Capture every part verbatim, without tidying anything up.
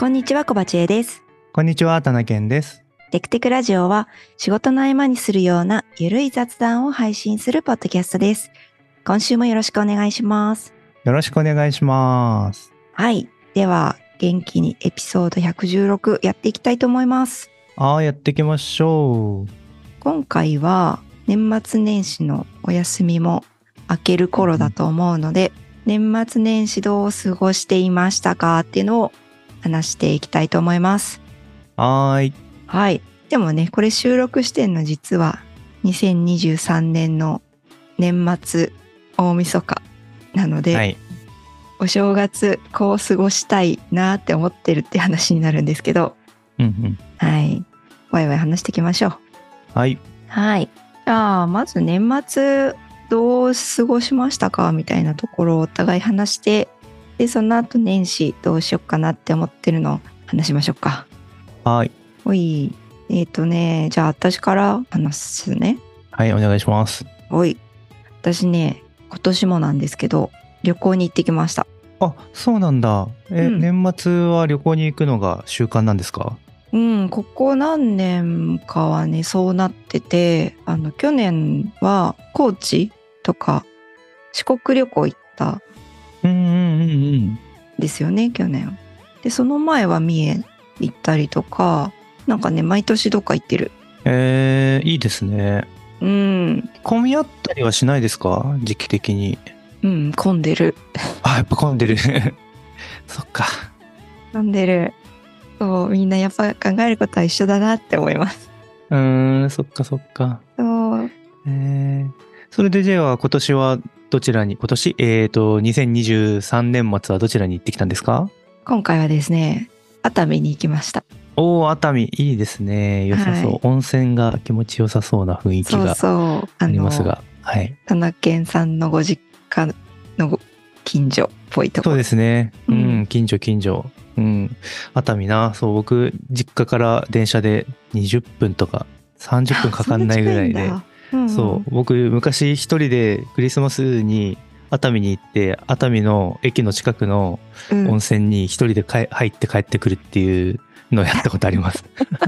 こんにちは、小鉢恵です。 こんにちは、田中健です。 テクテクラジオは仕事の合間にするようなゆるい雑談を配信するポッドキャストです。今週もよろしくお願いします。 よろしくお願いします。 はい。では、元気にエピソードひゃくじゅうろくやっていきたいと思います。 ああ、やっていきましょう。 今回は年末年始のお休みも明ける頃だと思うので、うん、年末年始どう過ごしていましたかっていうのを話していきたいと思います。 はーい。 はい。でもね、これ収録してんの実はにせんにじゅうさんねんの年末大晦日なので、はい、お正月こう過ごしたいなって思ってるって話になるんですけど、 うんうん、 はい。ワイワイ話していきましょう。 はい。 はい。じゃあ、まず年末どう過ごしましたかみたいなところをお互い話して、で、その後年始どうしよっかなって思ってるのを話しましょうか。 はい。 おい。えっとね、じゃあ私から話すね。 はい、お願いします。 おい。私ね、今年もなんですけど、旅行に行ってきました。 あ、そうなんだ。え、うん、年末は旅行に行くのが習慣なんですか？ うん、ここ何年かはね、そうなってて、あの、去年は高知とか四国旅行行った。 うんうんうんうん。 ですよね、去年。で、その前は三重行ったりとか、なんかね、毎年どっか行ってる。 えー、いいですね。 うん。 混み合ったりはしないですか？時期的に。 うん、混んでる。 あ、やっぱ混んでる。そっか。 混んでる。そう、みんなやっぱ考えることは一緒だなって思います。 うーん、そっかそっか。 そう。 えー、それでじゃあ今年はどちらに、今年えっと、にせんにじゅうさんねん末はどちらに行ってきたんですか？ 今回はですね、熱海に行きました。 おー、熱海、いいですね。良さそう。はい、温泉が気持ちよさそうな雰囲気がありますが。はい。 田中健さんのご実家の近所っぽいところ。 そうですね。うん、うん、近所近所。うん。熱海な。そう、僕、実家から電車でにじゅっぷんとかさんじゅっぷんかかんないぐらいで。うんうん、そう、僕、昔一人でクリスマスに熱海に行って、熱海の駅の近くの温泉に一人でか、うん、入って帰ってくるっていうのをやったことあります。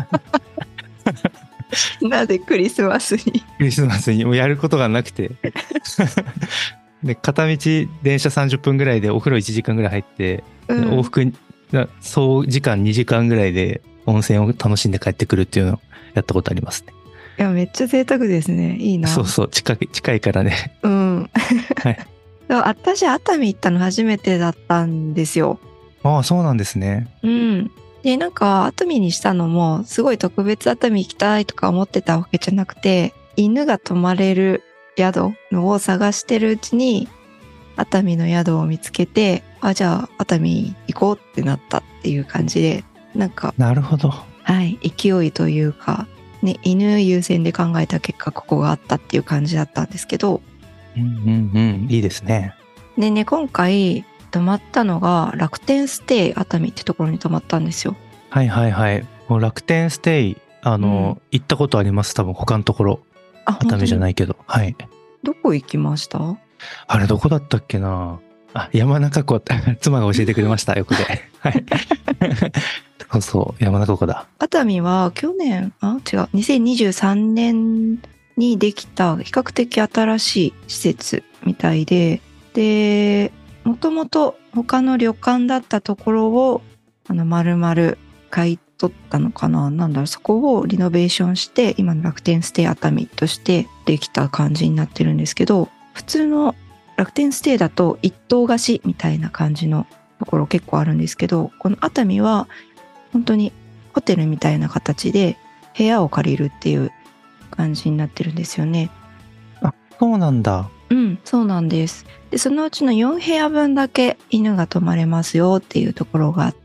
なぜクリスマスにクリスマスにもうやることがなくて。で、片道電車さんじゅっぷんぐらいでお風呂いちじかんぐらい入って、うん、往復総時間にじかんぐらいで温泉を楽しんで帰ってくるっていうのをやったことありますね。 いや、めっちゃ贅沢ですね。いいな。 そうそう、近い、近いからね。 うん。はい。私、熱海行ったの初めてだったんですよ。 ああ、そうなんですね。 うん。で、なんか、熱海にしたのも、すごい特別熱海行きたいとか思ってたわけじゃなくて、犬が泊まれる宿のを探してるうちに、熱海の宿を見つけて、あ、じゃあ熱海行こうってなったっていう感じで、なんか、 なるほど。 はい、勢いというか、ね、犬優先で考えた結果ここがあったっていう感じだったんですけど、 うんうんうん、いいですね。 でね、今回泊まったのが楽天ステイ熱海ってところに泊まったんですよ。 はいはいはい。もう楽天ステイ、あの、うん、行ったことあります。多分他のところ。熱海じゃないけど。はい。 どこ行きました？ あれどこだったっけなあ、山中湖妻が教えてくれました横で。はい。そうそう、山中湖だ。 熱海は去年、あ、違う、にせんにじゅうさんねんにできた比較的新しい施設みたいで、で、もともと他の旅館だったところを、あの、丸々買い取ったのかな、なんだろう、そこをリノベーションして、今の楽天ステイ熱海としてできた感じになってるんですけど、普通の楽天ステイだと一棟貸しみたいな感じのところ結構あるんですけど、この熱海は本当にホテルみたいな形で部屋を借りるっていう感じになってるんですよね。 あ、そうなんだ。 うん、そうなんです。で、そのうちのよん部屋分だけ犬が泊まれますよっていうところがあって、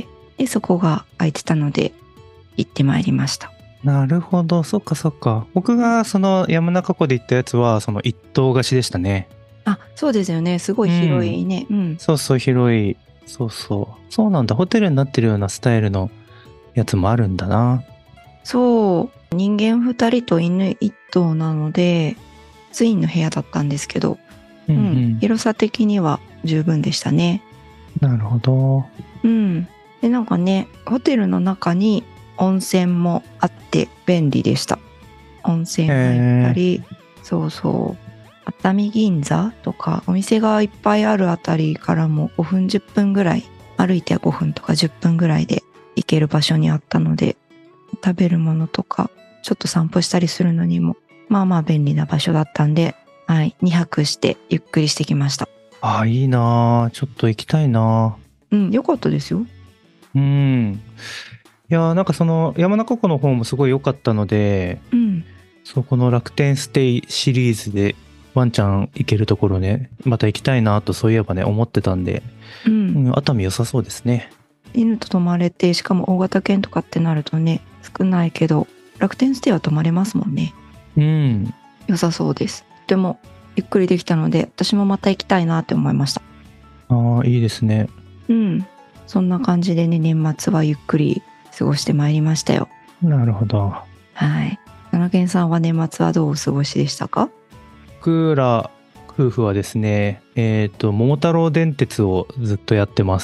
で、そこが空いてたので行ってまいりました。 なるほど、そっかそっか。僕がその山中湖で行ったやつはその一棟貸しでしたね。 あ、そうですよね。すごい広いね。うん。うん、 そうそう、広い。そうそう。そうなんだ。ホテルになってるようなスタイルのやつもあるんだな。 そう。人間ふたりと犬いっ頭なので、ツインの部屋だったんですけど、うん、うん、広さ的には十分でしたね。 なるほど。 うん。 でなんかねホテルの中に温泉もあって便利でした。温泉入ったり、そうそう熱海銀座とかお店がいっぱいあるあたりからもごふんじゅっぷんぐらい、歩いてごふんとかじゅっぷんぐらいで行ける場所にあったので、食べるものとかちょっと散歩したりするのにもまあまあ便利な場所だったんで、はい、にはくしてゆっくりしてきました。 ああ、いいな、ちょっと行きたいな。 うん、よかったですよ。 うん。いやーなんかその山中湖の方もすごい良かったので、 うん、 そうこの楽天ステイシリーズでワンちゃん行けるところね、また行きたいなとそういえばね思ってたんで、 うん、 うん、熱海良さそうですね。 犬と泊まれて、しかも大型犬とかってなるとね少ないけど楽天ステイは泊まれますもんね。 うん。 良さそうです。とてもゆっくりできたので私もまた行きたいなって思いました。 ああ、いいですね。 うん、そんな感じでね年末はゆっくり過ごしてまいりましたよ。 なるほど。 はい。奈良県さんは年末はどうお過ごしでしたか？ 僕ら夫婦はですね、えっと桃太郎電鉄をずっとやってます。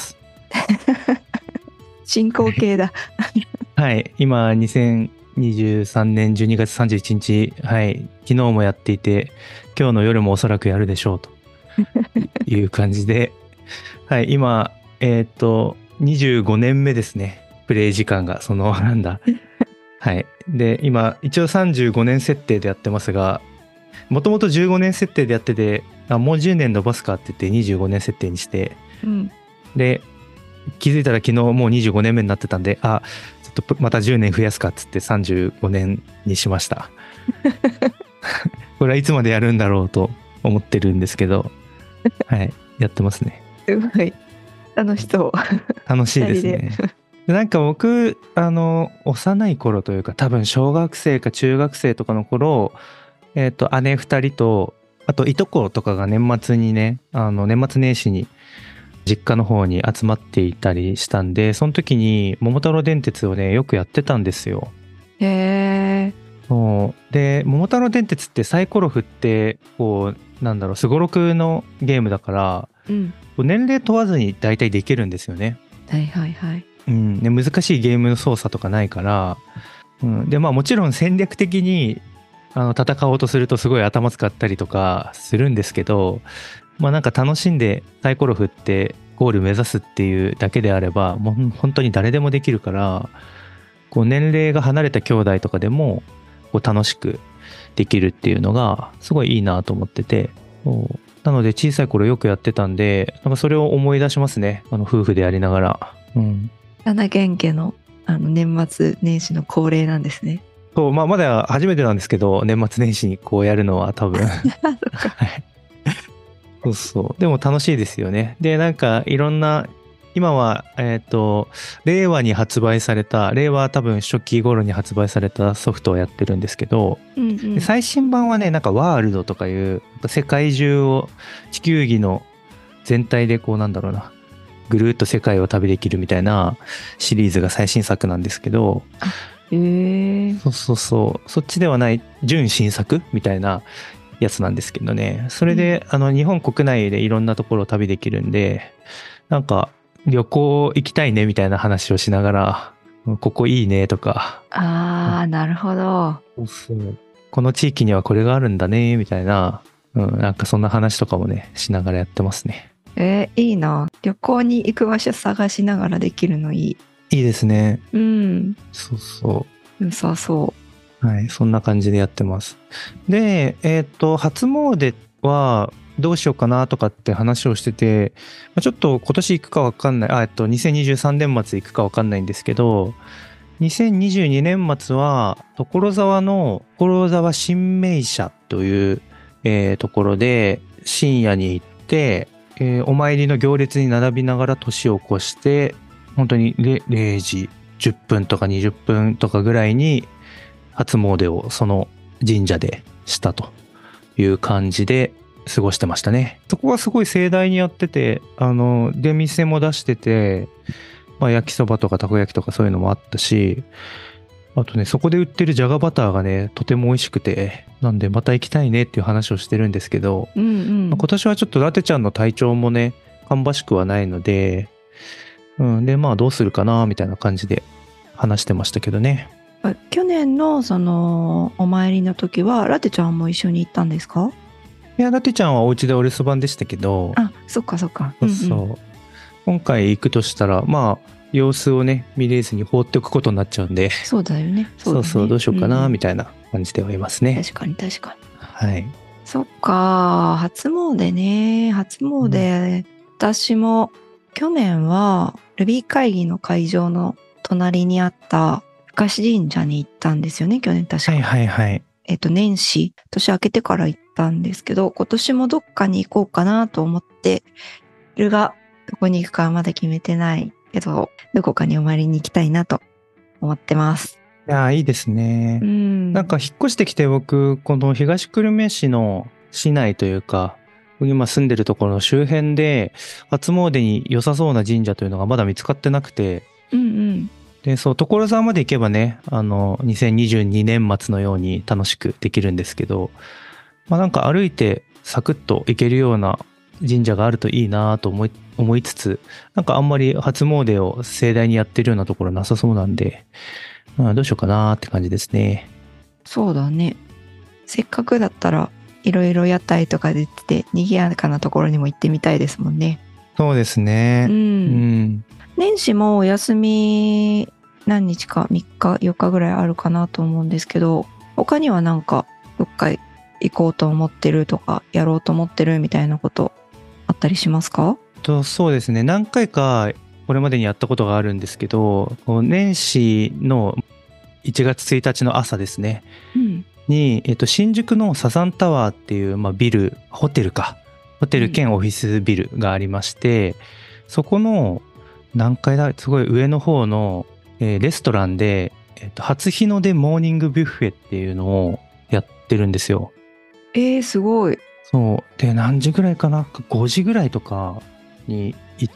進行形だ。 はい、今にせんにじゅうさんねんじゅうにがつさんじゅういちにち、はい、昨日もやっていて今日の夜もおそらくやるでしょうという感じで、はい、今えっとにじゅうごねんめですね、プレイ時間が。そのなんだはい。で今一応さんじゅうごねん設定でやってますが、もともとじゅうごねん設定でやってて、あもうじゅうねん伸ばすかって言ってにじゅうごねん設定にして、 うん、 で気づいたら昨日もうにじゅうごねんめになってたんで、あちょっとまたじゅうねん増やすかっつってさんじゅうごねんにしました。これはいつまでやるんだろうと思ってるんですけど、はいやってますね。 すごい楽しそう。 楽しいですね。なんか僕あの幼い頃というか多分小学生か中学生とかの頃、えっと姉ふたりとあといとことかが年末にね、あの年末年始に実家の方に集まっていたりしたんで、その時に桃太郎電鉄をねよくやってたんですよ。 へえ。 そうで桃太郎電鉄ってサイコロ振ってこうなんだろうすごろくのゲームだから、 うん、 年齢問わずに大体できるんですよね。 はいはいはい。 うん、で難しいゲーム操作とかないから、うん、でまあもちろん戦略的にあの戦おうとするとすごい頭使ったりとかするんですけど、まあなんか楽しんでサイコロ振ってゴール目指すっていうだけであればもう本当に誰でもできるから、こう年齢が離れた兄弟とかでもこう楽しくできるっていうのがすごいいいなと思ってて、なので小さい頃よくやってたんで、なんかそれを思い出しますね、あの夫婦でやりながら。うん、 奈良県家のあの年末年始の恒例なんですね。 そうまあまだ初めてなんですけど、年末年始にこうやるのは多分はいそうそう、でも楽しいですよね。でなんかいろんな今はえっと令和に発売された、令和多分初期頃に発売されたソフトをやってるんですけど、 うんうん、 で最新版はねなんかワールドとかいう世界中を地球儀の全体でこうなんだろうなぐるっと世界を旅できるみたいなシリーズが最新作なんですけど、 へえ。 そうそうそう、そっちではない純新作みたいなやつなんですけどね。それで、うん、あの日本国内でいろんなところを旅できるんで、なんか旅行行きたいねみたいな話をしながら、ここいいねとか、 ああ、なるほど。 そうそう、この地域にはこれがあるんだねみたいな、うん、なんかそんな話とかもねしながらやってますね。 えー、いいな。旅行に行く場所探しながらできるのいい。 いいですね。 うん。 そうそう。 良さそう。 はい、そんな感じでやってます。で、えっと、初詣はどうしようかなとかって話をしてて、ちょっと今年行くか分かんない、あ、えっと、にせんにじゅうさんねん末行くか分かんないんですけど、にせんにじゅうにねん末は所沢の所沢新名社という、えー、ところで深夜に行って、えー、お参りの行列に並びながら年を越して、本当に 0, れいじじゅっぷんとかにじゅっぷんとかぐらいに初詣をその神社でしたという感じで過ごしてましたね。そこはすごい盛大にやってて、あの出店も出してて、まあ、焼きそばとかたこ焼きとかそういうのもあったし、あとねそこで売ってるじゃがバターがねとても美味しくて、なんでまた行きたいねっていう話をしてるんですけど、うんうん、まあ、今年はちょっとラテちゃんの体調もね芳しくはないので、 うん、でまあどうするかなみたいな感じで話してましたけどね。 去年のそのお参りの時はラテちゃんも一緒に行ったんですか？ いやラテちゃんはお家でお留守番でしたけど。 あ、そっかそっか。 そうそう、うんうん、今回行くとしたらまあ様子をね見れずに放っておくことになっちゃうんで。 そうだよね。 そうだね、そうそうどうしようかなみたいな感じではいますね。 確かに確かに。 はい。 そっか、初詣ね。初詣、うん、私も去年はルビー会議の会場の隣にあった深志神社に行ったんですよね、去年確か。 はいはいはい。 えっと、年始、年明けてから行ったんですけど、今年もどっかに行こうかなと思っているが、どこに行くかはまだ決めてないけど、どこかにお参りに行きたいなと思ってます。 いやいいですね。うん。なんか引っ越してきて僕、この東久留米市の市内というか、今住んでるところの周辺で初詣に良さそうな神社というのがまだ見つかってなくて、 うんうん。 で、そう、所沢まで行けばね、あの、にせんにじゅうにねん末のように楽しくできるんですけど、まあなんか歩いてサクッと行けるような神社があるといいなと思い、思いつつ、なんかあんまり初詣を盛大にやってるようなところなさそうなんで、まあ、どうしようかなって感じですね。 そうだね。せっかくだったら、いろいろ屋台とかでって賑やかなところにも行ってみたいですもんね。 そうですね。 うん。うん、年始もお休み何日かみっかよっかぐらいあるかなと思うんですけど、他にはなんかどっか行こうと思ってるとかやろうと思ってるみたいなことあったりしますか？ とそうですね。何回かこれまでにやったことがあるんですけど、年始のいちがつついたちの朝ですね。うん、に、えっと、新宿のサザンタワーっていう、まあ、ビル、ホテルか。ホテル兼オフィスビルがありまして、うん、そこの何階だすごい上の方の、えー、レストランで、えっと、初日の出モーニングビュッフェっていうのをやってるんですよ。 えー、すごい。 そう。で、何時ぐらいかな ?ご 時ぐらいとかに行って、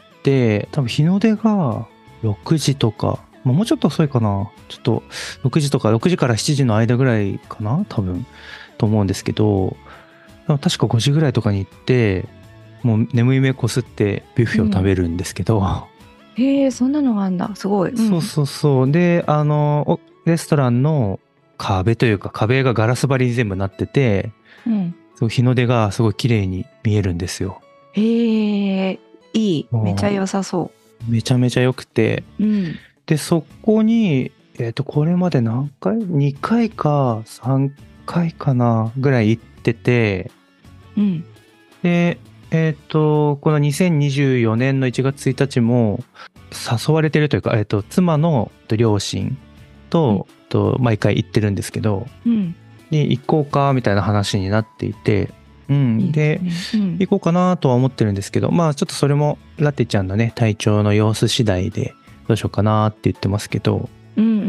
多分日の出がろくじとか、まあ、もうちょっと遅いかな。ちょっとろくじとかろくじからしちじの間ぐらいかな多分。と思うんですけど、確かごじぐらいとかに行って、もう眠い目こすってビュッフェを食べるんですけど。うん、 へえ、そんなのがあんだ。すごい。うん、 そうそうそう。で、あの、レストランの壁というか壁がガラス張りに全部なってて、うん、そう日の出がすごい綺麗に見えるんですよ。 へえ、いい。めちゃ良さそう。 めちゃめちゃ良くて。うん、で、そこに、えっと、これまで何回 ?に 回かさんかいかなぐらい行ってて、うん、で、えっと、このにせんにじゅうよねんのいちがつついたちも誘われてるというか、えっと、妻の両親と、うん、と毎回行ってるんですけど、うん、で行こうかみたいな話になっていて、うん、で、うん、行こうかなとは思ってるんですけど、まあちょっとそれもラテちゃんのね体調の様子次第でどうしようかなって言ってますけど、うんうんうんうん、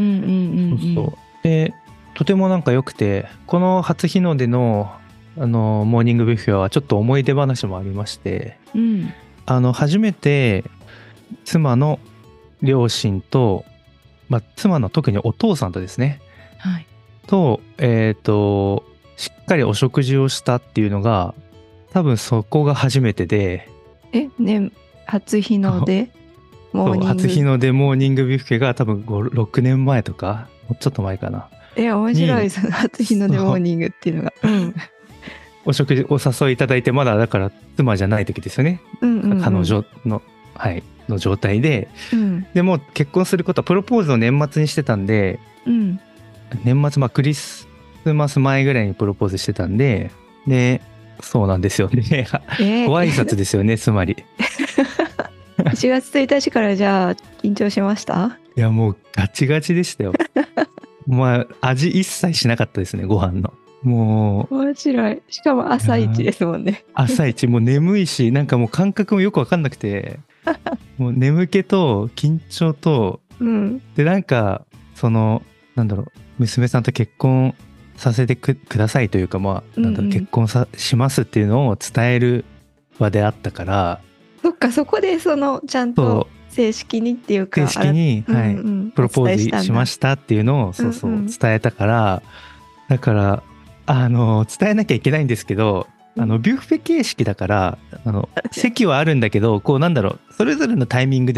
うん、そうそうでとてもなんか良くて、この初日の出のあのモーニングビュッフェはちょっと思い出話もありまして、うん、あの初めて妻の両親と、まあ、妻の特にお父さんとですね、はい、とえっとしっかりお食事をしたっていうのが多分そこが初めてで、 えね初日の出モーニング初日の出モーニングビュッフェが多分ろくねんまえとかもうちょっと前かな。 え面白い、その初日の出モーニングっていうのが、うん、 お食事お誘いいただいて、まだだから妻じゃない時ですよね、うんうんうん、彼女のはいの状態で、うん、でも結婚することはプロポーズを年末にしてたんで、うん、年末まあクリスマス前ぐらいにプロポーズしてたんで、でそうなんですよね、えー、ご挨拶ですよねつまりいちがつついたちからじゃあ緊張しました？ いやもうガチガチでしたよまあ味一切しなかったですね、ご飯の。もう面白い。しかも朝一ですもんね。 朝一もう眠いし、なんかもう感覚もよく分かんなくてもう眠気と緊張と、うん、でなんかそのなんだろう娘さんと結婚させて く, くださいというか、まあなんだろう、うんうん、結婚さしますっていうのを伝える場であったから、 そっかそこでそのちゃんと正式にっていうか正式に、はい、うんうん、プロポーズしましたっていうのをそうそう、うんうん、伝えたから、だからあの伝えなきゃいけないんですけど、あのビュッフェ形式だからあの席はあるんだけど、こうなんだろうそれぞれのタイミングで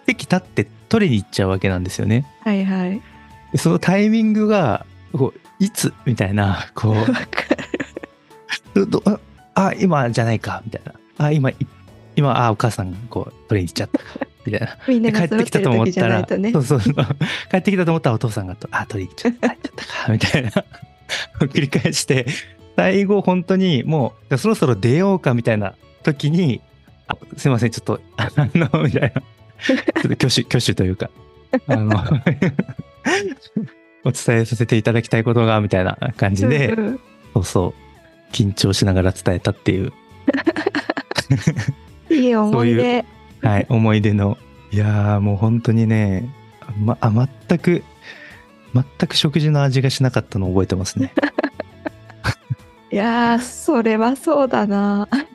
席立って取りに行っちゃうわけなんですよね。 はいはい。 でそのタイミングがこういつみたいなこわかる。 うどああ今じゃないかみたいな、あ今今あお母さんがこう取りに行っちゃったみたいな。 みんなが帰ってきたと思ったら、 ね、 そうそうそう帰ってきたと思ったらお父さんがとあ取りに行っちゃった行っちゃったかみたいな繰り返して、最後本当にもうそろそろ出ようかみたいな時に、あすいませんちょっとあのみたいなちょっと挙手挙手というかあのお伝えさせていただきたいことがみたいな感じで、うんうん、そうそう緊張しながら伝えたっていういい思い出。 そういう、はい、思い出の、いやーもう本当にね、ま、あ全く全く食事の味がしなかったのを覚えてますねいやーそれはそうだな、はい、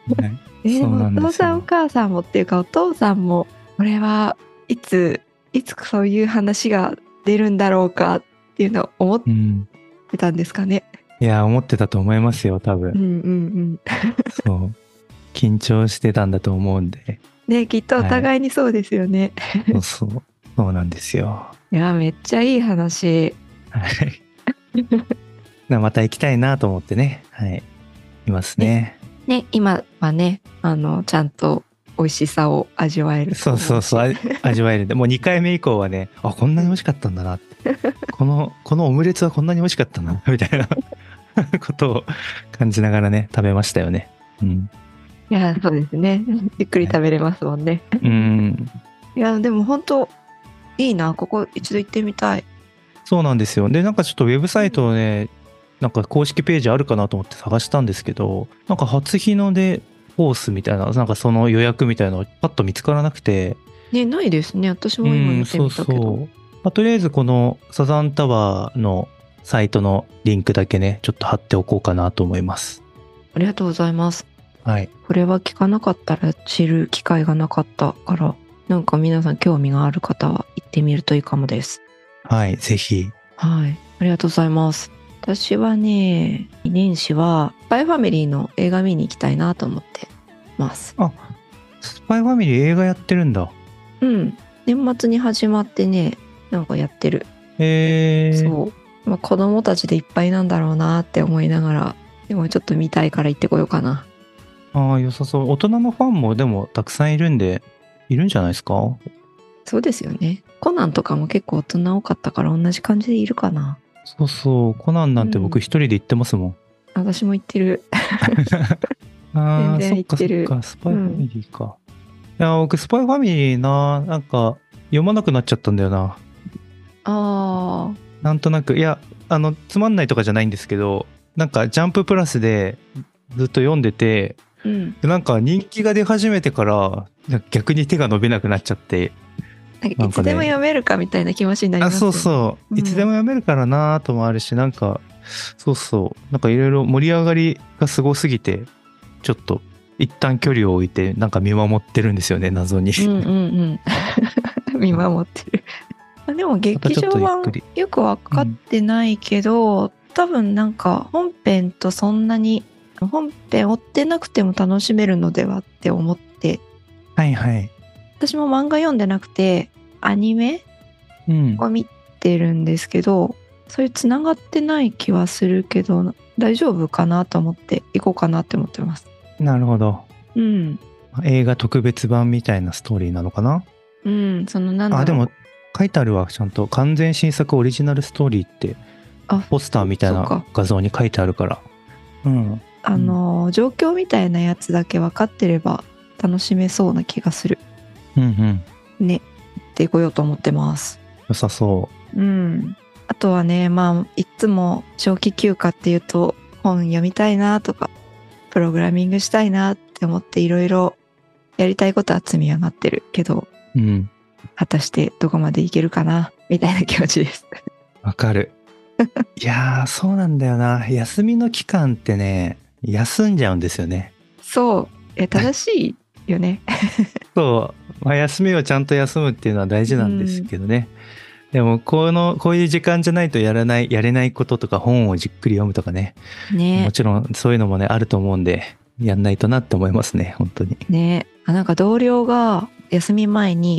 えでもお父さんお母さんもっていうかお父さんもこれはいついつそういう話が出るんだろうかっていうのを思ってたんですかね、 うん、いや思ってたと思いますよ多分。 うんうんうんそう緊張してたんだと思うんでね、きっとお互いにそうですよね、 はい、そうそうそうなんですよ。 いやめっちゃいい話。 はいまた行きたいなと思ってね、はい、いますね。 ね、ね今はねあのちゃんと美味しさを味わえる。 そうそうそう味わえるんで、もうにかいめ以降はね、あこんなに美味しかったんだなってこのこのオムレツはこんなに美味しかったなみたいなことを感じながらね食べましたよね。うん。 いやそうですね。ゆっくり食べれますもんね。 はい、うんいやでも本当いいな、ここ一度行ってみたい。 そうなんですよ。でなんかちょっとウェブサイトをね、なんか公式ページあるかなと思って探したんですけど、なんか初日の出コースみたいな、なんかその予約みたいなのパッと見つからなくて。 ね、ないですね。私も今見てみたけど。うん、そうそう。 まあ、とりあえずこのサザンタワーのサイトのリンクだけね、ちょっと貼っておこうかなと思います。 ありがとうございます。 はい。 これは聞かなかったら知る機会がなかったから、なんか皆さん興味がある方は行ってみるといいかもです。 はい、ぜひ。 はい、ありがとうございます。私はね、年始はスパイファミリーの映画見に行きたいなと思ってます。 あ、スパイファミリー映画やってるんだ。 うん、年末に始まってね、なんかやってる。 へー。 そう、まあ、子供たちでいっぱいなんだろうなって思いながら、でもちょっと見たいから行ってこようかな。 ああ、良さそう。大人のファンもでもたくさんいるんで、いるんじゃないですか？ そうですよね。コナンとかも結構大人多かったから同じ感じでいるかな。 そうそう。コナンなんて僕一人で行ってますもん。うん、 私も行ってる。 ああ、そっかそっか。スパイファミリーか。うん、いや、僕スパイファミリーな、なんか読まなくなっちゃったんだよな。 ああ。 なんとなく、いや、あの、つまんないとかじゃないんですけど、なんかジャンププラスでずっと読んでて、うん、なんか人気が出始めてから逆に手が伸びなくなっちゃって、 なんかいつでも読めるかみたいな気持ちになりますよね。 あ、そうそう、うん、いつでも読めるからなともあるし、なんかそうそうなんかいろいろ盛り上がりがすごすぎてちょっと一旦距離を置いてなんか見守ってるんですよね、謎に。 うんうんうん見守ってるでも劇場版よく分かってないけど、うん、多分なんか本編とそんなに本編追ってなくても楽しめるのではって思って、 はいはい、 私も漫画読んでなくてアニメを見てるんですけど、うん、そういうつながってない気はするけど大丈夫かなと思って行こうかなって思ってます。 なるほど、 うん、 映画特別版みたいなストーリーなのかな。 うん、そのなんだろう、 あでも書いてあるわ、ちゃんと完全新作オリジナルストーリーってポスターみたいな画像に書いてあるから、うん、 あの、うん、状況みたいなやつだけ分かってれば楽しめそうな気がする。 うんうん。 ね、行ってこようと思ってます。 良さそう。 うん。あとはね、まあいつも長期休暇っていうと本読みたいなとかプログラミングしたいなって思っていろいろやりたいことは積み上がってるけど、 うん、 果たしてどこまでいけるかなみたいな気持ちです。 わかる。いやーそうなんだよな。休みの期間ってね、休んじゃうんですよね。 そう、え正しいよね。 そう、まあ、休みをちゃんと休むっていうのは大事なんですけどね、うん、でもこのこういう時間じゃないとやらないやれないこととか本をじっくり読むとか ね, ねもちろんそういうのもねあると思うんでやんないとなって思いますね、本当にね。あなんか同僚が休み前に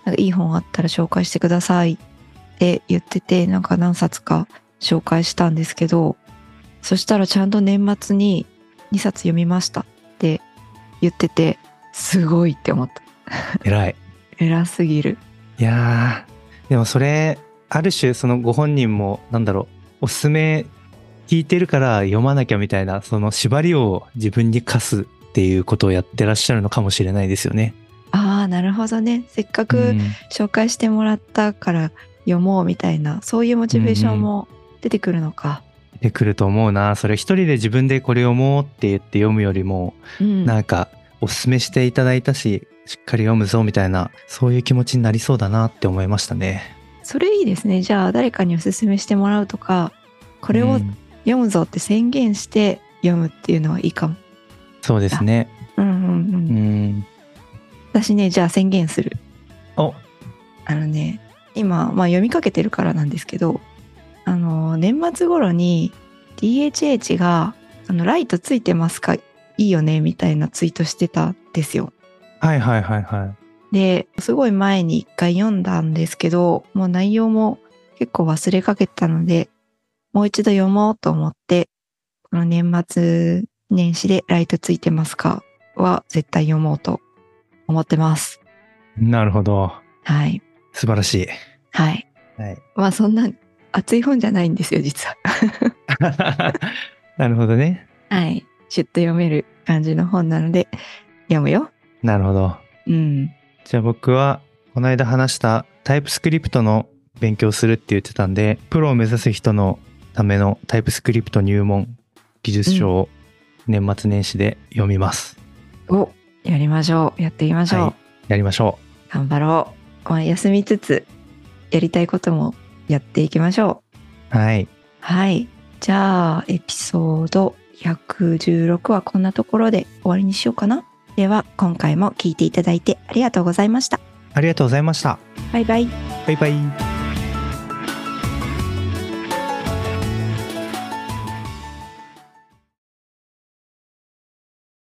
なんかいい本あったら紹介してくださいって言ってて、なんか何冊か紹介したんですけど、そしたらちゃんと年末ににさつ読みましたって言ってて、すごいって思った。 偉い。 偉すぎる。 いやー、でもそれある種そのご本人もなんだろう、おすすめ聞いてるから読まなきゃみたいな、その縛りを自分に課すっていうことをやってらっしゃるのかもしれないですよね。 ああ、なるほどね。せっかく紹介してもらったから読もうみたいな、そういうモチベーションも出てくるのか。 出てくると思うな。それ一人で自分でこれ読もうって言って読むよりも、うん、なんかおすすめしていただいたし、しっかり読むぞみたいな、そういう気持ちになりそうだなって思いましたね。 それいいですね。じゃあ誰かにおすすめしてもらうとか、これを読むぞって宣言して読むっていうのはいいかも。 そうですね。 うんうんうん。うん私ね、じゃあ宣言する。 おあのね、今、まあ読みかけてるからなんですけど、あの、年末頃に ディーエイチエイチ が、あの、ライトついてますか？いいよねみたいなツイートしてたんですよ。 はいはいはいはい。 で、すごい前に一回読んだんですけど、もう内容も結構忘れかけたので、もう一度読もうと思って、この年末年始でライトついてますかは絶対読もうと思ってます。 なるほど。 はい。 素晴らしい。 はい。 はい。 まあそんな熱い本じゃないんですよ、実は。 なるほどね。 はい。シュッと読める感じの本なので、読むよ。 なるほど。 うん。 じゃあ僕は、この間話したタイプスクリプトの勉強するって言ってたんで、プロを目指す人のためのタイプスクリプト入門技術書を年末年始で読みます。 うん、お、やりましょう。やっていきましょう。はい、 やりましょう。頑張ろう。まあ、休みつつ、やりたいこともやっていきましょう。はい。 はい。じゃあ、エピソードひゃくじゅうろくはこんなところで終わりにしようかな。では、今回も聞いていただいてありがとうございました。 ありがとうございました。 バイバイ。 バイバイ。